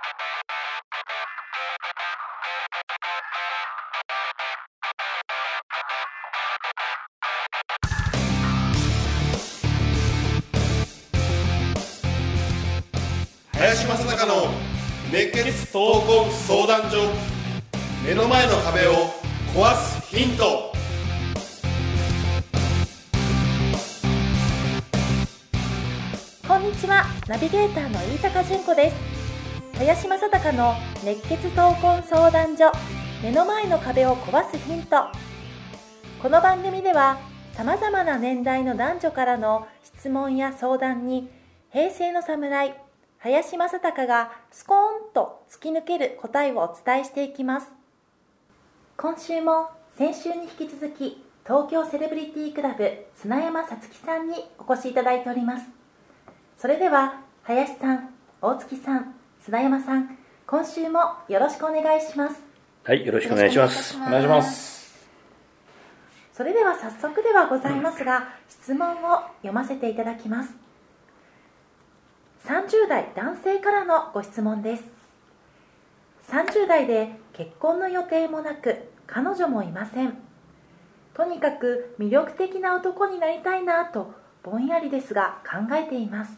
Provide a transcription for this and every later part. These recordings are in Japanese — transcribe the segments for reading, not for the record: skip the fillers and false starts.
林正孝の熱血闘魂相談所。目の前の壁を壊すヒント。 こんにちは、ナビゲーターの飯高純子です。林正孝の熱血闘魂相談所、目の前の壁を壊すヒント。この番組ではさまざまな年代の男女からの質問や相談に、平成の侍林正孝がスコーンと突き抜ける答えをお伝えしていきます。今週も先週に引き続き、東京セレブリティクラブ砂山さつきさんにお越しいただいております。それでは林さん、大月さん、砂山さん、今週もよろしくお願いします。 はい、よろしくお願いします。 お願いします。 それでは早速ではございますが、質問を読ませていただきます。30代男性からのご質問です。30代で結婚の予定もなく、彼女もいません。とにかく魅力的な男になりたいなとぼんやりですが考えています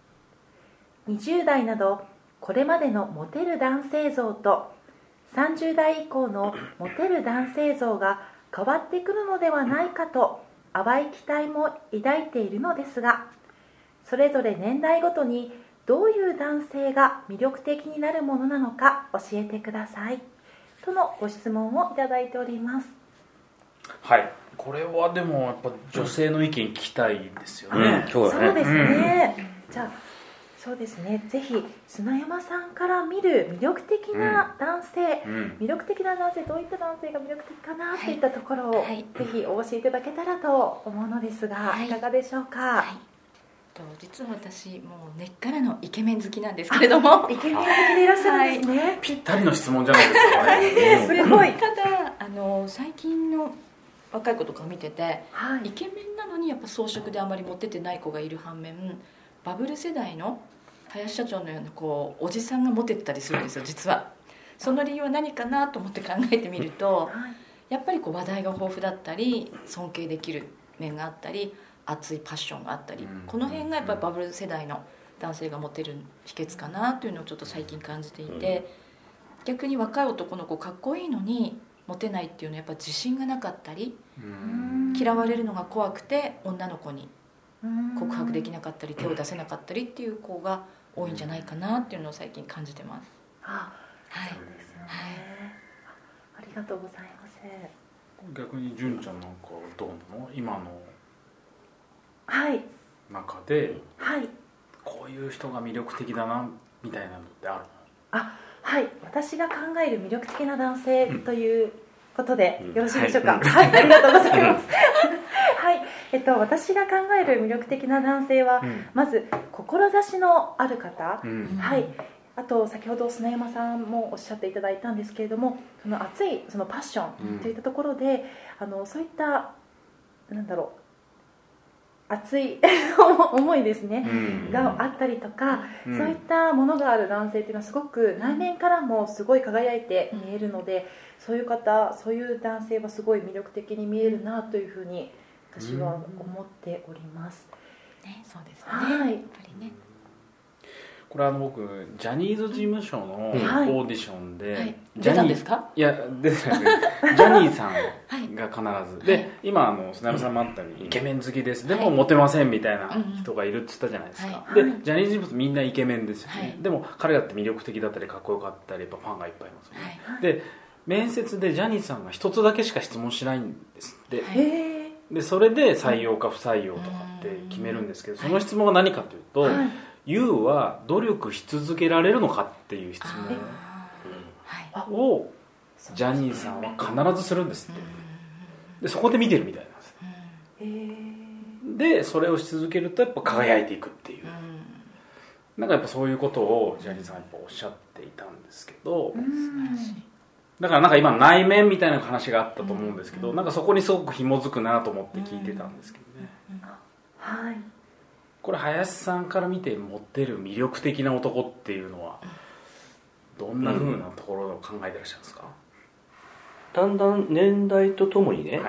。20代などこれまでのモテる男性像と30代以降のモテる男性像が変わってくるのではないかと淡い期待も抱いているのですが、それぞれ年代ごとにどういう男性が魅力的になるものなのか教えてくださいとのご質問をいただいております。 はい、これはでもやっぱ女性の意見聞きたいですよね。 そうですね、じゃあそうですね、ぜひ砂山さんから見る魅力的な男性、魅力的な男性、どういった男性が魅力的かなといったところを、ぜひお教えいただけたらと思うのですが、いかがでしょうか。 実は私もう根っからのイケメン好きなんですけれども、 イケメン好きでいらっしゃるんですね。 ぴったりの質問じゃないですか。 すごい。 ただ最近の若い子とか見てて、イケメンなのにやっぱ装飾であまりモテてない子がいる反面、バブル世代の林社長のようなおじさんがモテてたりするんですよ。実はその理由は何かなと思って考えてみると、やっぱり話題が豊富だったり、尊敬できる面があったり、熱いパッションがあったり、この辺がやっぱりバブル世代の男性がモテる秘訣かなというのをちょっと最近感じていて、逆に若い男の子かっこいいのにモテないっていうのはやっぱ自信がなかったり、嫌われるのが怖くて女の子に告白できなかったり手を出せなかったりっていう子が多いんじゃないかなっていうのを最近感じてます。 そうですね、ありがとうございます。 逆に純ちゃんなんかどうなの？今の中で、こういう人が魅力的だなみたいなのってあるの？ 私が考える魅力的な男性ということでよろしいでしょうか。ありがとうございます。私が考える魅力的な男性は、まず志のある方、あと先ほど砂山さんもおっしゃっていただいたんですけれども、その熱いそのパッションといったところで、そういった熱い思いですね、があったりとか、そういったものがある男性っていうのはすごく内面からもすごい輝いて見えるので、そういう方、そういう男性はすごい魅力的に見えるなというふうに私は思っております。 そうですね、やっぱりね。 これ僕ジャニーズ事務所のオーディションで、 出たんですか？ いや出てないです。ジャニーさんが必ず、で今砂山さんもあったようにイケメン好きです、でもモテませんみたいな人がいるって言ったじゃないですか。でジャニーズ事務所みんなイケメンですよね。でも彼らって魅力的だったりかっこよかったり、やっぱファンがいっぱいいますよね。で面接でジャニーさんが一つだけしか質問しないんですって。でそれで採用か不採用とかって決めるんですけど、その質問が何かというと、YOU は努力し続けられるのかっていう質問をジャニーさんは必ずするんですって。でそこで見てるみたいなんです。でそれをし続けるとやっぱ輝いていくっていう、なんかやっぱそういうことをジャニーさんはやっぱおっしゃっていたんですけど、だからなんか今内面みたいな話があったと思うんですけど、なんかそこにすごく紐づくなと思って聞いてたんですけどね。これ林さんから見てモテる魅力的な男っていうのはどんな風なところを考えてらっしゃるんですか？ だんだん年代とともにね、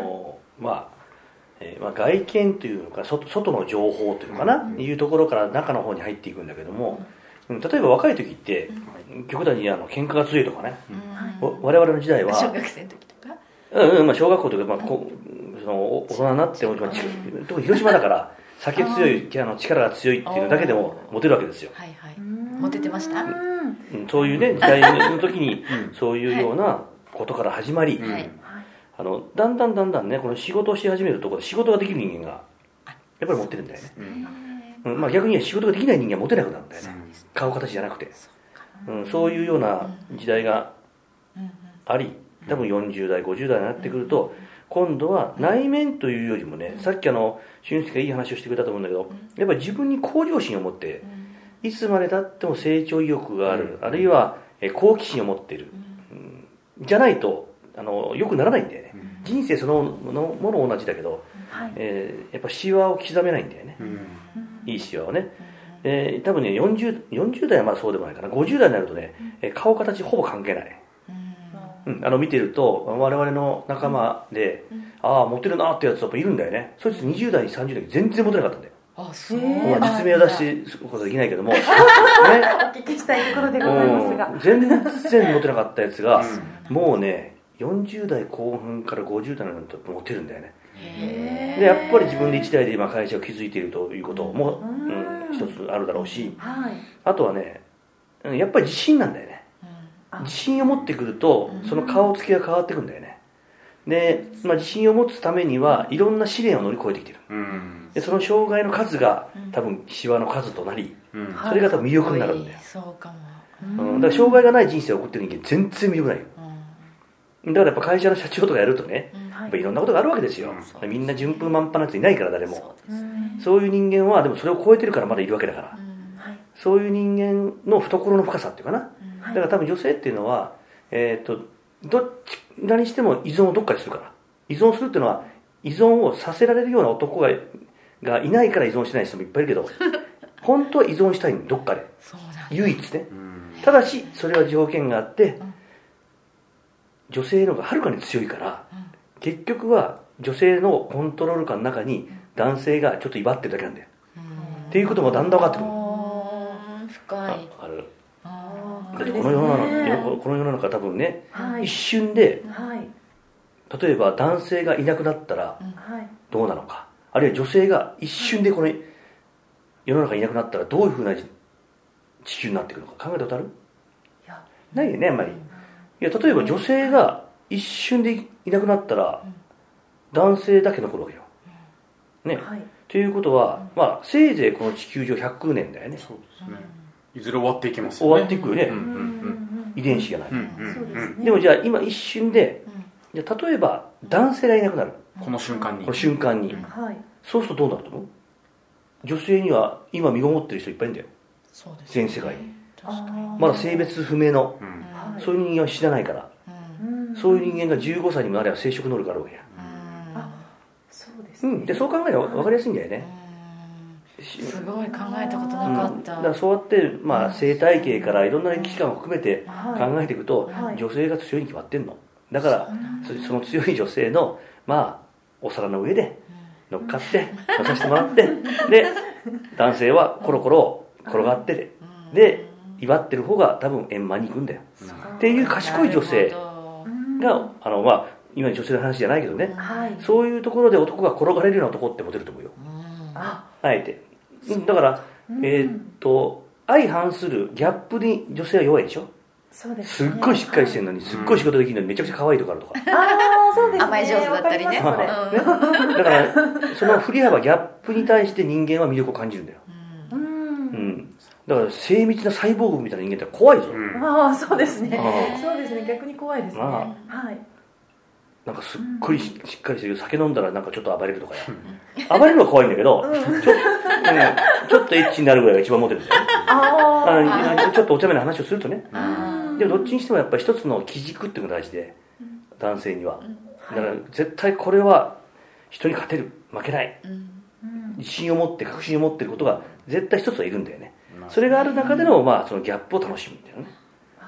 外見というのか外の情報というのかな、いうところから中の方に入っていくんだけども、例えば若い時って極端に喧嘩が強いとかね、我々の時代は小学生の時とか、 小学校とか、その大人になっても特に広島だから酒強い力が強いっていうのだけでもモテるわけですよ。 はいはい、モテてました。 そういうね時代の時にそういうようなことから始まり、だんだんねこの仕事をし始めるところで仕事ができる人間がやっぱりモテるんだよね。逆に仕事ができない人間はモテなくなるんだよね。顔形じゃなくて、そういうような時代があり、多分40代50代になってくると今度は内面というよりもね、さっき俊介がいい話をしてくれたと思うんだけど、やっぱり自分に向上心を持っていつまでたっても成長意欲がある、あるいは好奇心を持っている、じゃないと良くならないんだよね。人生そのもの同じだけど、やっぱシワを刻めないんだよね、いいシワをね。多分ね40代はまだそうでもないかな。50代になるとね顔形ほぼ関係ない、見てると我々の仲間で、モテるなってやつやっぱいるんだよね。そいつ20代30代全然モテなかったんだよ。 そう、 実名を出すことはできないけども、ね、 お聞きしたいところでございますが、 全然モテなかったやつが、もうね40代後半から50代になるとモテるんだよね。でやっぱり自分で一代で今会社を築いているということも、一つあるだろうし、あとはねやっぱり自信なんだよね。自信を持ってくるとその顔つきが変わってくるんだよね。で、自信を持つためにはいろんな試練を乗り越えてきてる、でその障害の数が多分シワの数となり、それが多分魅力になるんだよ。 そうかも、だから障害がない人生を送ってる人間全然魅力ないよ。だからやっぱ会社の社長とかやるとね、やっぱいろんなことがあるわけですよ。みんな順風満帆なやついないから誰も。そういう人間はでもそれを超えてるからまだいるわけだから、そういう人間の懐の深さっていうかな、だから多分女性っていうのはどっちらにしても依存をどっかにするから。依存するっていうのは依存をさせられるような男がいないから依存してない人もいっぱいいるけど本当は依存したいのどっかで、唯一ね。ただしそれは条件があって、女性の方がはるかに強いから、結局は女性のコントロール下の中に男性がちょっと威張ってるだけなんだよ、っていうこともだんだん分かってくる。 深い。 ある。だってこの世の中多分ね、一瞬で、例えば男性がいなくなったらどうなのか、あるいは女性が一瞬でこの世の中にいなくなったらどういうふうな地球になっていくのか考えたことある？ないよねあんまり。いや例えば女性が一瞬でいなくなったら男性だけ残るわけよ、ね。ということは、せいぜいこの地球上100年だよね。 そうですね。いずれ終わっていきますよね。 終わっていくよね、遺伝子がない、でもじゃあ今一瞬で、じゃあ例えば男性がいなくなる、 この瞬間に、 そうするとどうなると思う？女性には今身ごもってる人いっぱいいるんだよ。 そうですね、 全世界にまだ性別不明の、そういう人間は知らないから、そういう人間が15歳にもなれば生殖能力があるわけや。 そうですね。 でそう考えれば分かりやすいんだよね。 すごい考えたことなかった。 だからそうやって、生態系からいろんな歴史観を含めて考えていくと、女性が強いに決まってんのだから、その強い女性のお皿の上で乗っかって乗させてもらって、で男性はコロコロ転がってで威張ってる方が多分円満に行くんだよっていう賢い女性が今の女性の話じゃないけどね、そういうところで男が転がれるような男ってモテると思うよ、あえて。だから相反するギャップに女性は弱いでしょ。 そうですすっごいしっかりしてるのに、すっごい仕事できるのにめちゃくちゃ可愛いとかあるとか、 そうですね、 甘え上手だったりね。 だからその振り幅ギャップに対して人間は魅力を感じるんだよ。だから精密なサイボーグみたいな人間って怖いぞ。 そうですね。そうですね、逆に怖いですね。 なんかすっごいしっかりしてる。酒飲んだらなんかちょっと暴れるとかや。暴れるのは怖いんだけど、ちょっとエッチになるぐらいが一番モテるんだよ。ちょっとお茶目な話をするとね。でもどっちにしてもやっぱり一つの基軸っていうのが大事で、男性には。だから絶対これは人に勝てる、負けない。自信を持って確信を持ってることが絶対一つはいるんだよね。それがある中でのそのギャップを楽しむんだよね。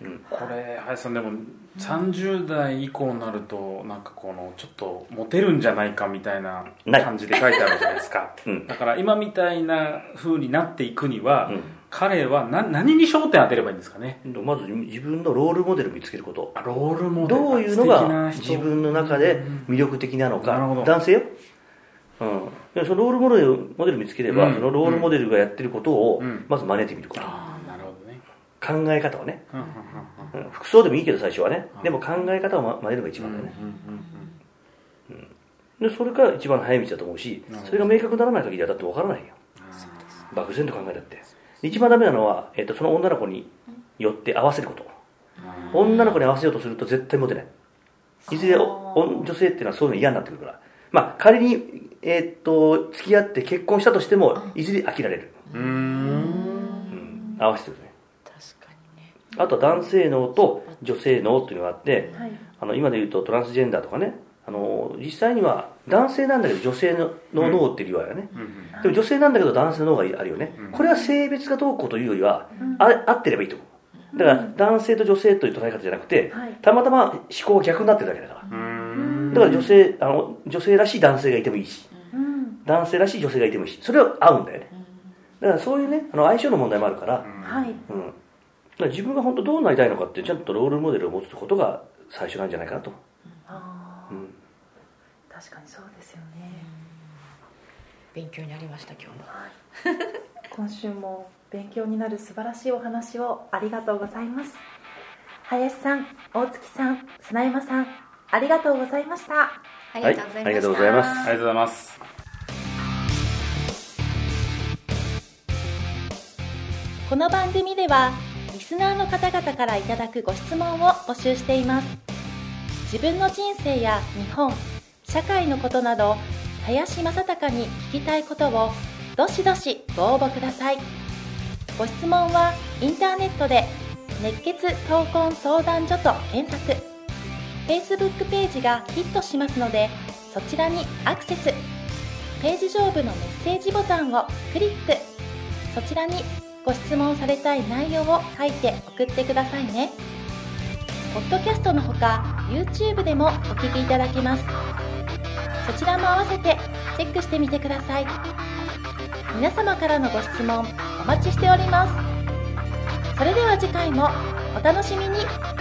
これ林さんでも30代以降になるとなんかこのちょっとモテるんじゃないかみたいな感じで書いてあるじゃないですか、だから今みたいな風になっていくには、彼は何に焦点当てればいいんですかね。 まず自分のロールモデルを見つけること。 ロールモデル、 どういうのが自分の中で魅力的なのか。男性よ、そのロールモデル見つければ、そのロールモデルがやってることをまず真似てみること、 なるほどね、 考え方をね、服装でもいいけど最初はね、でも考え方を真似るのが一番だよね、でそれが一番早い道だと思うし、それが明確にならない限りはだって分からないよ、漠然と考えたって。一番ダメなのは、その女の子によって合わせること。女の子に合わせようとすると絶対モテない。いずれ女性っていうのはそういうの嫌になってくるから、まあ仮に、付き合って結婚したとしてもいずれ飽きられる。合わせてるね。 確かにね。 あとは男性脳と女性脳っていうのがあって、今で言うとトランスジェンダーとかね、実際には男性なんだけど女性の脳っていうよりはね、でも女性なんだけど男性の脳があるよね、これは性別がどうこうというよりは、合ってればいいと思う。だから男性と女性という捉え方じゃなくて、たまたま思考が逆になってるだけだから、だから女性らしい男性がいてもいいし、男性らしい女性がいてもいいし、それは合うんだよね。だからそういうね、相性の問題もあるから、だから自分が本当どうなりたいのかってちゃんとロールモデルを持つことが最初なんじゃないかなと。 確かにそうですよね。 勉強になりました今日も、 今週も勉強になる素晴らしいお話をありがとうございます。林さん、大月さん、砂山さん、ありがとうございました。 ありがとうございました。 ありがとうございます。 ありがとうございます。 この番組ではリスナーの方々からいただくご質問を募集しています。自分の人生や日本、社会のことなど林正孝に聞きたいことをどしどしご応募ください。ご質問はインターネットで熱血闘魂相談所と検索、 Facebook ページがヒットしますのでそちらにアクセス、ページ上部のメッセージボタンをクリック、そちらにご質問されたい内容を書いて送ってくださいね。ポッドキャストのほか YouTube でもお聞きいただけます。そちらも合わせてチェックしてみてください。皆様からのご質問お待ちしております。それでは次回もお楽しみに。